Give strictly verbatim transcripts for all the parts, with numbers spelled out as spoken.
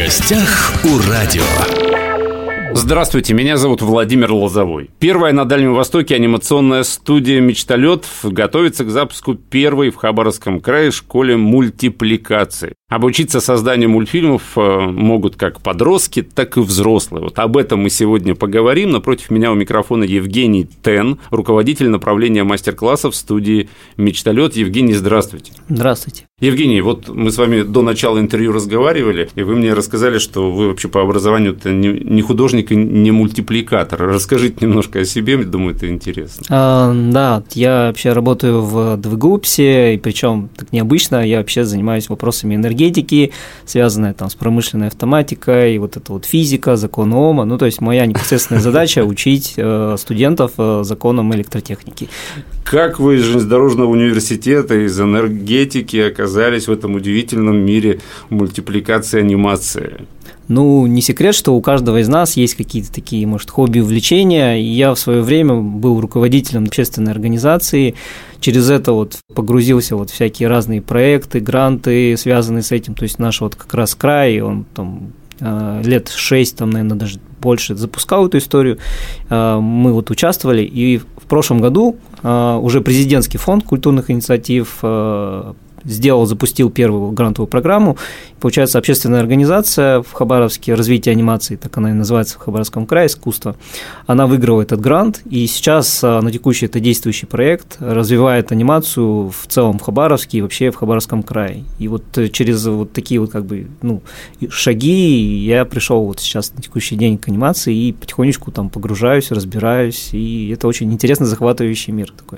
гостях у радио. Здравствуйте, меня зовут Владимир Лозовой. Первая на Дальнем Востоке анимационная студия «Мечталет» готовится к запуску первой в Хабаровском крае школе мультипликации. Обучиться созданию мультфильмов могут как подростки, так и взрослые. Вот об этом мы сегодня поговорим. Напротив меня у микрофона Евгений Тен, руководитель направления мастер-классов студии «Мечталет». Евгений, здравствуйте. Здравствуйте. Евгений, вот мы с вами до начала интервью разговаривали, и вы мне рассказали, что вы вообще по образованию-то не художник и не мультипликатор. Расскажите немножко о себе, думаю, это интересно. А, да, я вообще работаю в ДВГУПСе, и причем так необычно, я вообще занимаюсь вопросами энергетики, связанные там с промышленной автоматикой, и вот это вот физика, законы Ома. Ну, то есть моя непосредственная задача – учить студентов законам электротехники. Как вы из железнодорожного университета, из энергетики оказались в этом удивительном мире мультипликации и анимации? Ну, не секрет, что у каждого из нас есть какие-то такие, может, хобби, увлечения. И я в свое время был руководителем общественной организации. Через это вот погрузился вот всякие разные проекты, гранты, связанные с этим. То есть наш вот как раз край, он там лет шесть, там, наверное, даже больше запускал эту историю. Мы вот участвовали, и в прошлом году уже президентский фонд культурных инициатив сделал, запустил первую грантовую программу. Получается, общественная организация в Хабаровске «Развитие анимации», так она и называется в Хабаровском крае, искусство, она выиграла этот грант, и сейчас на текущий это действующий проект, развивает анимацию в целом в Хабаровске и вообще в Хабаровском крае. И вот через вот такие вот как бы, ну, шаги я пришел вот сейчас на текущий день к анимации и потихонечку там погружаюсь, разбираюсь, и это очень интересный, захватывающий мир такой.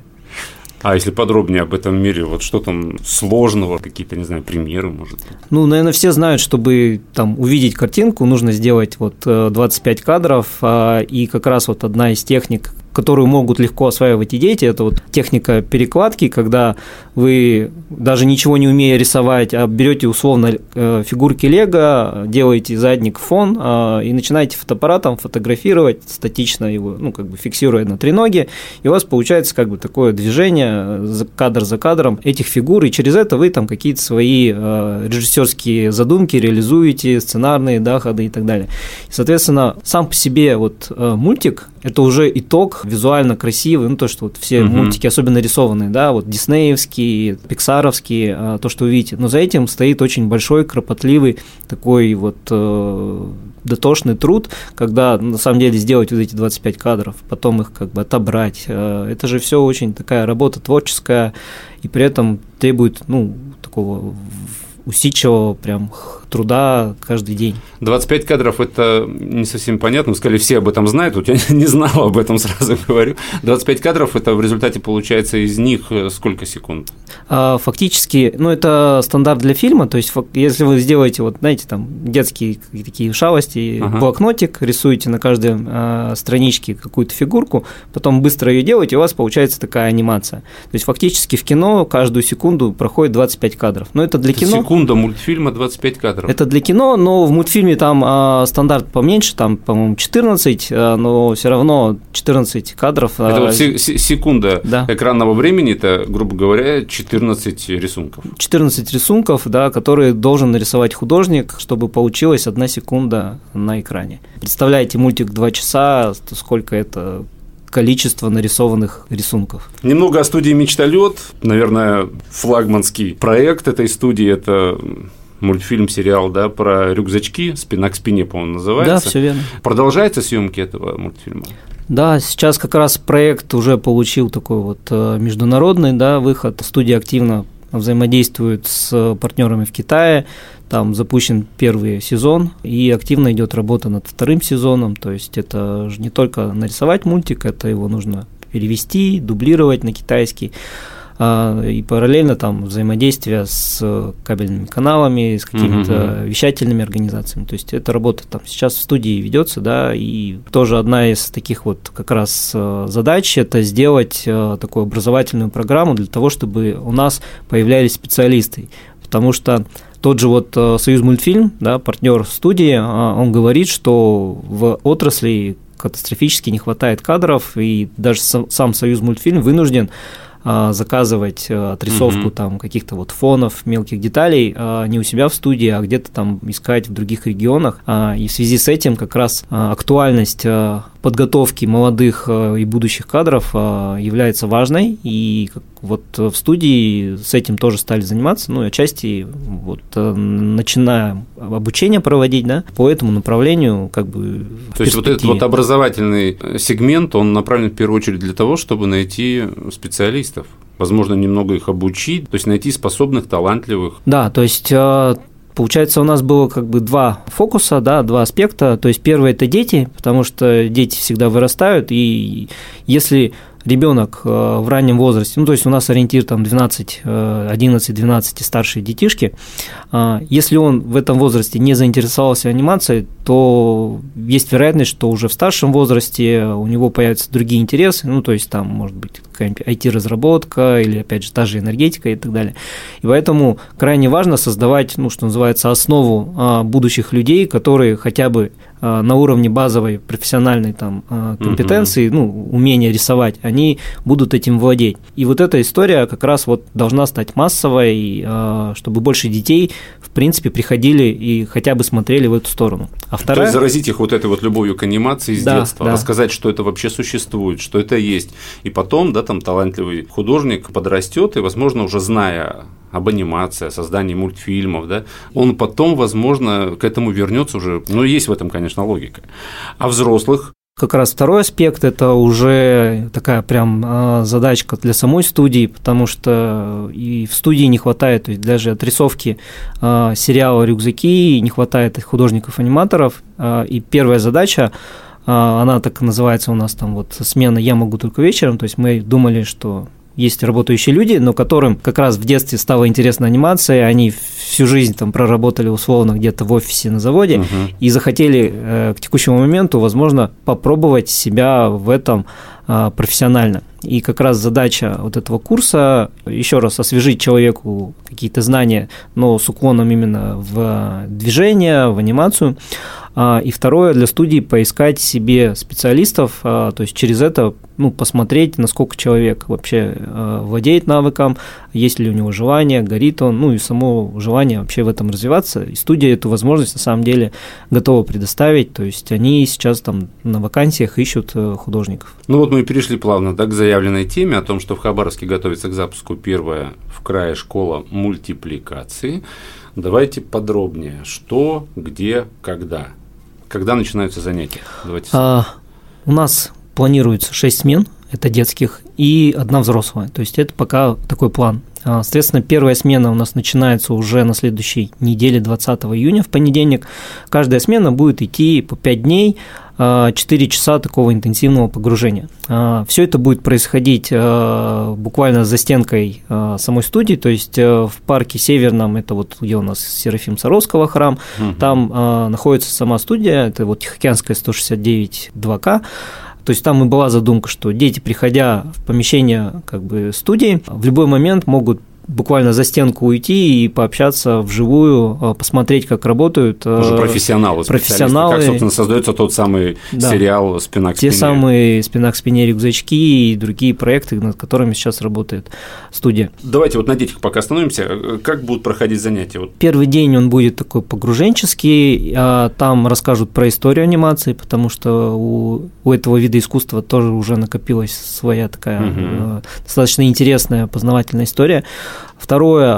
А если подробнее об этом мире, вот что там сложного, какие-то, не знаю, примеры, может быть? Ну, наверное, все знают, чтобы там увидеть картинку, нужно сделать вот двадцать пять кадров, и как раз вот одна из техник, которую могут легко осваивать и дети, это вот техника перекладки, когда вы, даже ничего не умея рисовать, а берете условно фигурки Лего, делаете задник, фон и начинаете фотоаппаратом фотографировать, статично его, ну, как бы фиксируя на треноге, и у вас получается как бы такое движение кадр за кадром этих фигур, и через это вы там какие-то свои режиссерские задумки реализуете, сценарные, да, ходы и так далее. И, соответственно, сам по себе вот мультик – это уже итог визуально красивый, ну, то, что вот все uh-huh. мультики, особенно рисованные, да, вот диснеевские, пиксаровские, то, что вы видите, но за этим стоит очень большой, кропотливый такой вот э, дотошный труд, когда на самом деле сделать вот эти двадцать пять кадров, потом их как бы отобрать, это же все очень такая работа творческая, и при этом требует, ну, такого усидчивого прям труда каждый день. двадцать пять кадров – это не совсем понятно, сказали, все об этом знают, вот я не знал об этом, сразу говорю. двадцать пять кадров – это в результате получается из них сколько секунд? Фактически, ну, это стандарт для фильма, то есть если вы сделаете, вот, знаете, там, детские такие шалости, ага. блокнотик, рисуете на каждой а, страничке какую-то фигурку, потом быстро ее делаете, и у вас получается такая анимация. То есть фактически в кино каждую секунду проходит двадцать пять кадров. Но это для это кино. Секунда мультфильма двадцать пять кадров. Это для кино, но в мультфильме там а, стандарт поменьше, там, по-моему, четырнадцать, а, но все равно четырнадцать кадров. Это а, вот секунда да. экранного времени, это, грубо говоря, четырнадцать рисунков. четырнадцать рисунков, да, которые должен нарисовать художник, чтобы получилась одна секунда на экране. Представляете, мультик два часа, сколько это количество нарисованных рисунков. Немного о студии «Мечталет». Наверное, флагманский проект этой студии – это мультфильм, сериал, да, про рюкзачки, «Спина к спине», по-моему, называется. Да, все верно. Продолжаются съемки этого мультфильма? Да, сейчас как раз проект уже получил такой вот международный, да, выход. Студия активно взаимодействует с партнерами в Китае. Там запущен первый сезон, и активно идет работа над вторым сезоном. То есть это же не только нарисовать мультик, это его нужно перевести, дублировать на китайский. И параллельно там взаимодействие с кабельными каналами, с какими-то uh-huh. вещательными организациями. То есть эта работа там сейчас в студии ведется, да, и тоже одна из таких вот как раз задач – это сделать такую образовательную программу для того, чтобы у нас появлялись специалисты, потому что тот же вот Союзмультфильм, да, партнер студии, он говорит, что в отрасли катастрофически не хватает кадров, и даже сам Союзмультфильм вынужден заказывать отрисовку угу. там каких-то вот фонов, мелких деталей не у себя в студии, а где-то там искать в других регионах. И в связи с этим как раз актуальность подготовки молодых и будущих кадров является важной, и вот в студии с этим тоже стали заниматься, ну, и отчасти вот начинаем обучение проводить, да, по этому направлению, как бы. То есть вот этот вот образовательный сегмент, он направлен в первую очередь для того, чтобы найти специалистов, возможно, немного их обучить, то есть найти способных, талантливых. Да, то есть получается, у нас было как бы два фокуса, да, два аспекта. То есть первый – это дети, потому что дети всегда вырастают, и если ребенок в раннем возрасте, ну, то есть у нас ориентир там двенадцать, одиннадцать, двенадцать и старшие детишки, если он в этом возрасте не заинтересовался анимацией, то есть вероятность, что уже в старшем возрасте у него появятся другие интересы, ну, то есть там может быть какая-нибудь ай ти-разработка или, опять же, та же энергетика и так далее. И поэтому крайне важно создавать, ну, что называется, основу будущих людей, которые хотя бы на уровне базовой профессиональной там компетенции, uh-huh. ну, умения рисовать, они будут этим владеть. И вот эта история как раз вот должна стать массовой, чтобы больше детей, в принципе, приходили и хотя бы смотрели в эту сторону. А вторая... То есть заразить их вот этой вот любовью к анимации с да, детства, да. рассказать, что это вообще существует, что это есть. И потом, да, там талантливый художник подрастет и, возможно, уже зная об анимации, о создании мультфильмов, да, он потом, возможно, к этому вернется уже. Ну, есть в этом, конечно, логика. А взрослых? Как раз второй аспект – это уже такая прям задачка для самой студии, потому что и в студии не хватает, то есть даже отрисовки сериала «Рюкзаки» не хватает художников-аниматоров, и первая задача, она так называется у нас там вот смена «Я могу только вечером», то есть мы думали, что есть работающие люди, но которым как раз в детстве стала интересна анимация, они всю жизнь там проработали условно где-то в офисе на заводе uh-huh. и захотели э, к текущему моменту, возможно, попробовать себя в этом э, профессионально. И как раз задача вот этого курса еще раз освежить человеку какие-то знания, но с уклоном именно в движение, в анимацию. И второе, для студии поискать себе специалистов, то есть через это ну, посмотреть, насколько человек вообще владеет навыком, есть ли у него желание, горит он, ну и само желание вообще в этом развиваться. И студия эту возможность на самом деле готова предоставить, то есть они сейчас там на вакансиях ищут художников. Ну вот мы и перешли плавно да, к заявленной теме о том, что в Хабаровске готовится к запуску первая в крае школа мультипликации. Давайте подробнее, что, где, когда. Когда начинаются занятия? Давайте. А, у нас планируется шесть смен, это детских, и одна взрослая. То есть это пока такой план. Соответственно, первая смена у нас начинается уже на следующей неделе, двадцатого июня, в понедельник. Каждая смена будет идти по пять дней, четыре часа такого интенсивного погружения. Все это будет происходить буквально за стенкой самой студии, то есть в парке Северном, это вот где у нас Серафим Саровского храм, угу. там находится сама студия, это вот Тихоокеанская сто шестьдесят девять два ка. То есть там и была задумка, что дети, приходя в помещение как бы студии, в любой момент могут буквально за стенку уйти и пообщаться вживую, посмотреть, как работают уже профессионалы, профессионалы. Как, собственно, создается тот самый да. сериал «Спина к спине». Те самые «Спина к спине», «Рюкзачки» и другие проекты, над которыми сейчас работает студия. Давайте вот на детях пока остановимся. Как будут проходить занятия? Вот. Первый день он будет такой погруженческий, там расскажут про историю анимации, потому что у, у этого вида искусства тоже уже накопилась своя такая угу. достаточно интересная познавательная история. Второе,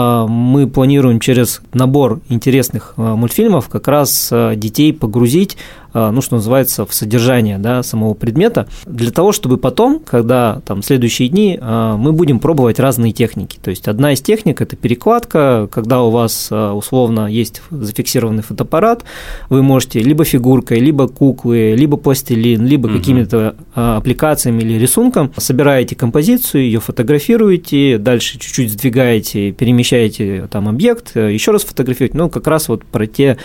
мы планируем через набор интересных мультфильмов как раз детей погрузить, ну, что называется, в содержание да, самого предмета, для того, чтобы потом, когда там следующие дни, мы будем пробовать разные техники. То есть одна из техник – это перекладка, когда у вас условно есть зафиксированный фотоаппарат, вы можете либо фигуркой, либо куклы, либо пластилин, либо угу. какими-то аппликациями или рисунком собираете композицию, ее фотографируете, дальше чуть-чуть сдвигаете, перемещаете там объект, еще раз фотографируете. Ну, как раз вот про те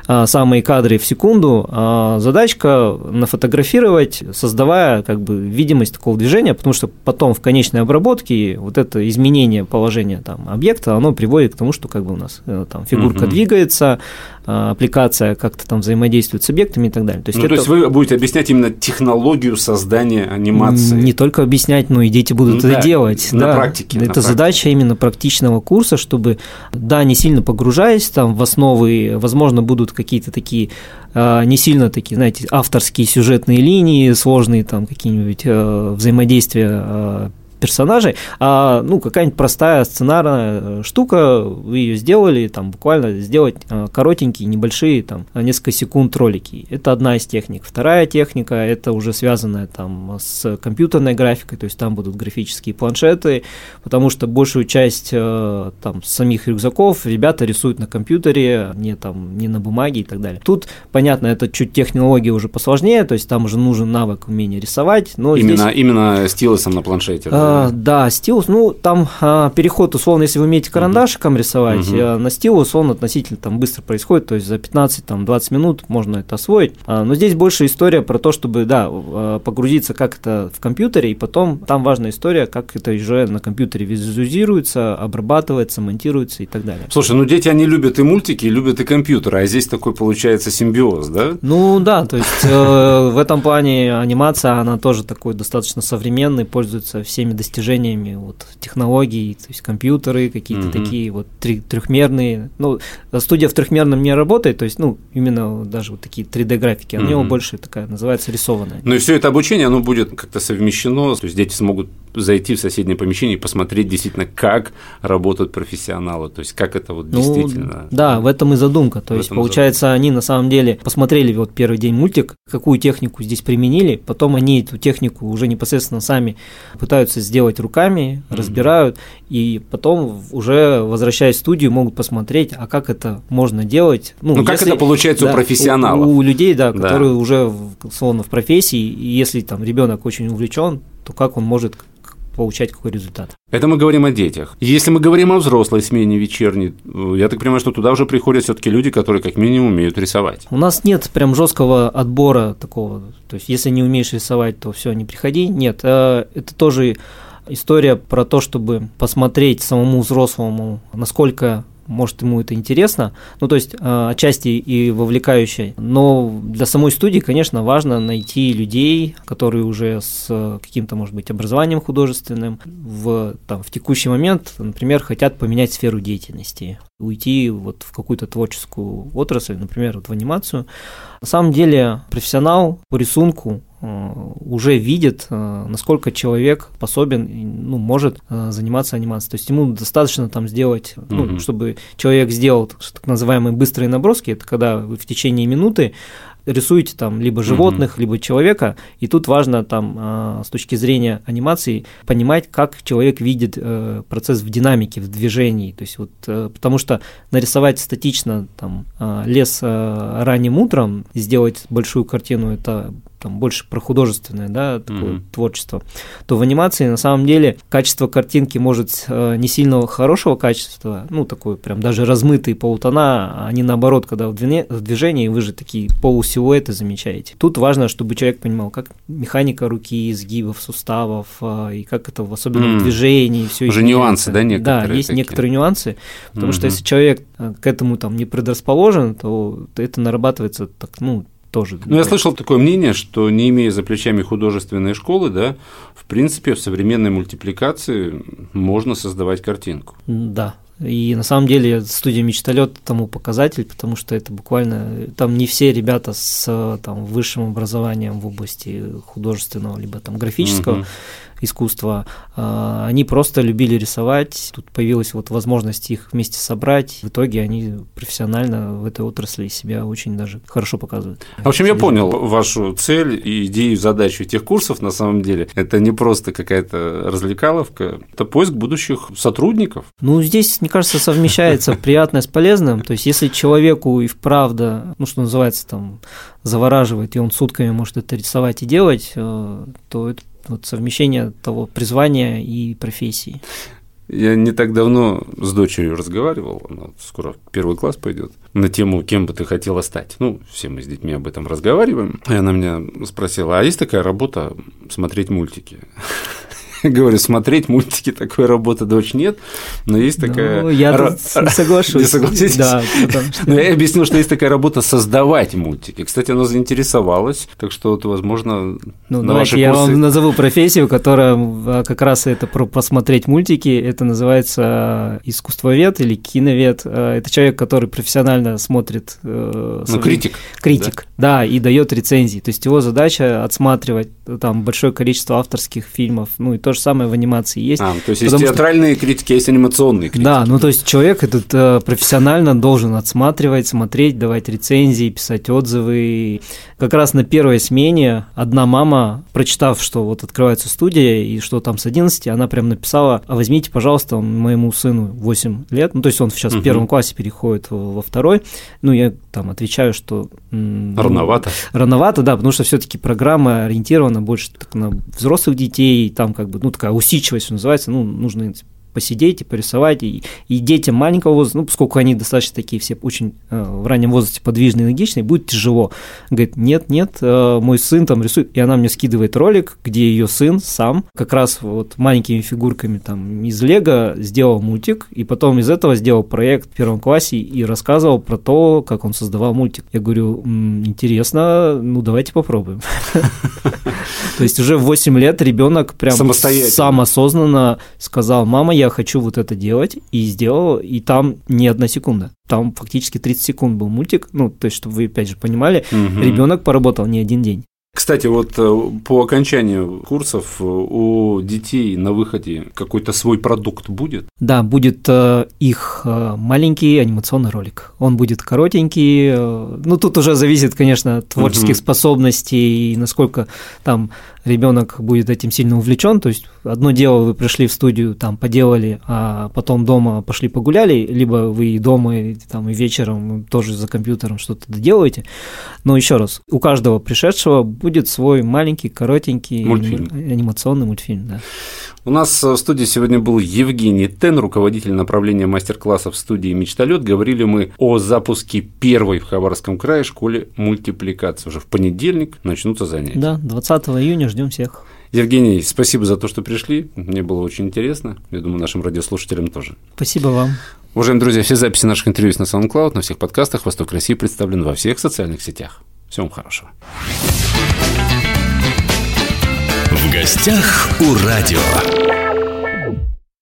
самые кадры в секунду, а задачка нафотографировать, создавая как бы видимость такого движения, потому что потом в конечной обработке вот это изменение положения там объекта, оно приводит к тому, что как бы у нас там фигурка угу. двигается, аппликация как-то там взаимодействует с объектами и так далее. То есть, ну, это... то есть вы будете объяснять именно технологию создания анимации? Не только объяснять, но и дети будут ну, это да, делать. На да. практике. Это на задача практике. Именно практичного курса, чтобы, да, не сильно погружаясь там в основы, возможно, будут какие-то такие не сильно такие, знаете, авторские сюжетные линии, сложные там какие-нибудь взаимодействия персонажей, а ну, какая-нибудь простая сценарная штука, вы ее сделали, там буквально сделать коротенькие, небольшие, там, несколько секунд ролики. Это одна из техник. Вторая техника – это уже связанная там с компьютерной графикой, то есть там будут графические планшеты, потому что большую часть там самих рюкзаков ребята рисуют на компьютере, не там, не на бумаге и так далее. Тут, понятно, это чуть технология уже посложнее, то есть там уже нужен навык умения рисовать. Но именно, здесь... именно стилусом на планшете. А, да, стилус, ну, там а, переход, условно, если вы умеете карандашиком uh-huh. рисовать, uh-huh. а, на стилус он относительно там быстро происходит, то есть за пятнадцать-двадцать минут можно это освоить, а, но здесь больше история про то, чтобы, да, погрузиться как это в компьютере, и потом там важная история, как это уже на компьютере визуализируется, обрабатывается, монтируется и так далее. Слушай, ну дети, они любят и мультики, и любят и компьютеры, а здесь такой получается симбиоз, да? Ну, да, то есть э, в этом плане анимация, она тоже такой достаточно современный, пользуется всеми достижениями вот, технологий, то есть компьютеры какие-то uh-huh. такие вот трехмерные. Ну, студия в трехмерном не работает, то есть, ну, именно даже вот такие три дэ-графики, uh-huh. у него больше такая называется рисованная. Ну и все это обучение, оно будет как-то совмещено, то есть дети смогут зайти в соседнее помещение и посмотреть действительно, как работают профессионалы, то есть как это вот ну, действительно. Да, в этом и задумка, то в есть получается задумка. Они на самом деле посмотрели вот первый день мультик, какую технику здесь применили, потом они эту технику уже непосредственно сами пытаются сделать руками, mm-hmm. разбирают, и потом уже, возвращаясь в студию, могут посмотреть, а как это можно делать. Ну, ну если, как это получается да, у профессионалов? У, у людей, да, да, которые уже словно в профессии, и если там ребенок очень увлечен, то как он может получать какой результат. Это мы говорим о детях. Если мы говорим о взрослой смене вечерней, я так понимаю, что туда уже приходят все-таки люди, которые как минимум умеют рисовать. У нас нет прям жесткого отбора такого. То есть, если не умеешь рисовать, то все, не приходи. Нет, это тоже история про то, чтобы посмотреть самому взрослому, насколько может, ему это интересно, ну, то есть, отчасти и вовлекающее, но для самой студии, конечно, важно найти людей, которые уже с каким-то, может быть, образованием художественным в, там, в текущий момент, например, хотят поменять сферу деятельности, уйти вот в какую-то творческую отрасль, например, вот в анимацию. На самом деле, профессионал по рисунку уже видит, насколько человек способен, ну, может заниматься анимацией. То есть ему достаточно там сделать, ну, mm-hmm. чтобы человек сделал так называемые быстрые наброски, это когда вы в течение минуты рисуете там либо животных, mm-hmm. либо человека, и тут важно там с точки зрения анимации понимать, как человек видит процесс в динамике, в движении, то есть вот, потому что нарисовать статично там лес ранним утром, сделать большую картину, это там больше про художественное, да, такое mm-hmm. творчество, то в анимации на самом деле качество картинки может не сильно хорошего качества, ну, такой прям даже размытые полутона, они наоборот, когда в движении, вы же такие полусилуэты замечаете. Тут важно, чтобы человек понимал, как механика руки, изгибов, суставов, и как это, особенно mm-hmm. в движении, все уже нюансы, да, некоторые? Да, есть такие. некоторые нюансы, потому mm-hmm. что если человек к этому там не предрасположен, то это нарабатывается так, ну, тоже. Ну, я слышал такое мнение, что не имея за плечами художественной школы, да, в принципе, в современной мультипликации можно создавать картинку. Да. И на самом деле студия «Мечталёт» тому показатель, потому что это буквально, там не все ребята с там, высшим образованием в области художественного либо там графического, угу. искусства, они просто любили рисовать, тут появилась вот возможность их вместе собрать, в итоге они профессионально в этой отрасли себя очень даже хорошо показывают. В общем, я понял вашу цель и идею, задачу этих курсов, на самом деле, это не просто какая-то развлекаловка, это поиск будущих сотрудников. Ну, здесь, мне кажется, совмещается приятное с полезным, то есть если человеку и вправду, ну, что называется, там, завораживает, и он сутками может это рисовать и делать, то это вот совмещение того призвания и профессии. Я не так давно с дочерью разговаривал, она скоро в первый класс пойдет, на тему, кем бы ты хотела стать. Ну, все мы с детьми об этом разговариваем. И она меня спросила, а есть такая работа смотреть мультики? Я говорю, смотреть мультики, такой работы, дочь, нет, но есть такая… Ну, я Р... не соглашусь. Не согласитесь? Да, что... Но я объяснил, что есть такая работа создавать мультики. Кстати, она заинтересовалась, так что, вот, возможно, ну, на давайте ваши я курсы… вам назову профессию, которая как раз это про посмотреть мультики, это называется искусствовед или киновед. Это человек, который профессионально смотрит… Ну, свои... критик. Критик, да? Да, и дает рецензии. То есть его задача отсматривать там большое количество авторских фильмов, ну и то же самое в анимации есть. А, то есть есть театральные что... критики, есть анимационные критики. Да, ну то есть человек этот э, профессионально должен отсматривать, смотреть, давать рецензии, писать отзывы. Как раз на первой смене одна мама, прочитав, что вот открывается студия и что там с одиннадцати, она прям написала: а возьмите, пожалуйста, моему сыну восемь лет, ну то есть он сейчас угу. в первом классе переходит во второй, ну я там отвечаю, что… Рановато. Рановато, да, потому что все-таки программа ориентирована больше так, на взрослых детей, там как бы, ну, такая усидчивость называется, ну, нужно посидеть и порисовать, и, и детям маленького возраста, ну, поскольку они достаточно такие все очень э, в раннем возрасте подвижные, энергичные, будет тяжело. Говорит, нет, нет, э, мой сын там рисует, и она мне скидывает ролик, где ее сын сам как раз вот маленькими фигурками там из Лего сделал мультик, и потом из этого сделал проект в первом классе и рассказывал про то, как он создавал мультик. Я говорю, интересно, ну, давайте попробуем. То есть уже в восемь лет ребенок прям сам осознанно сказал: мама, я хочу вот это делать, и сделал, и там не одна секунда. Там фактически тридцать секунд был мультик, ну, то есть, чтобы вы опять же понимали, угу. ребенок поработал не один день. Кстати, вот по окончанию курсов у детей на выходе какой-то свой продукт будет? Да, будет их маленький анимационный ролик. Он будет коротенький. Ну, тут уже зависит, конечно, от творческих угу. способностей и насколько там ребенок будет этим сильно увлечен. То есть одно дело, вы пришли в студию, там поделали, а потом дома пошли погуляли, либо вы и дома, и, там, и вечером тоже за компьютером что-то доделаете. Но еще раз, у каждого пришедшего будет свой маленький, коротенький мультфильм. анимационный мультфильм. Да. У нас в студии сегодня был Евгений Тен, руководитель направления мастер-классов студии «Мечталёт». Говорили мы о запуске первой в Хабаровском крае школе мультипликации. Уже в понедельник начнутся занятия. Да, двадцатого июня ждем всех. Евгений, спасибо за то, что пришли. Мне было очень интересно. Я думаю, нашим радиослушателям тоже. Спасибо вам. Уважаемые друзья, все записи наших интервью есть на SoundCloud, на всех подкастах. «Восток России» представлен во всех социальных сетях. Всего вам хорошего. В гостях у радио.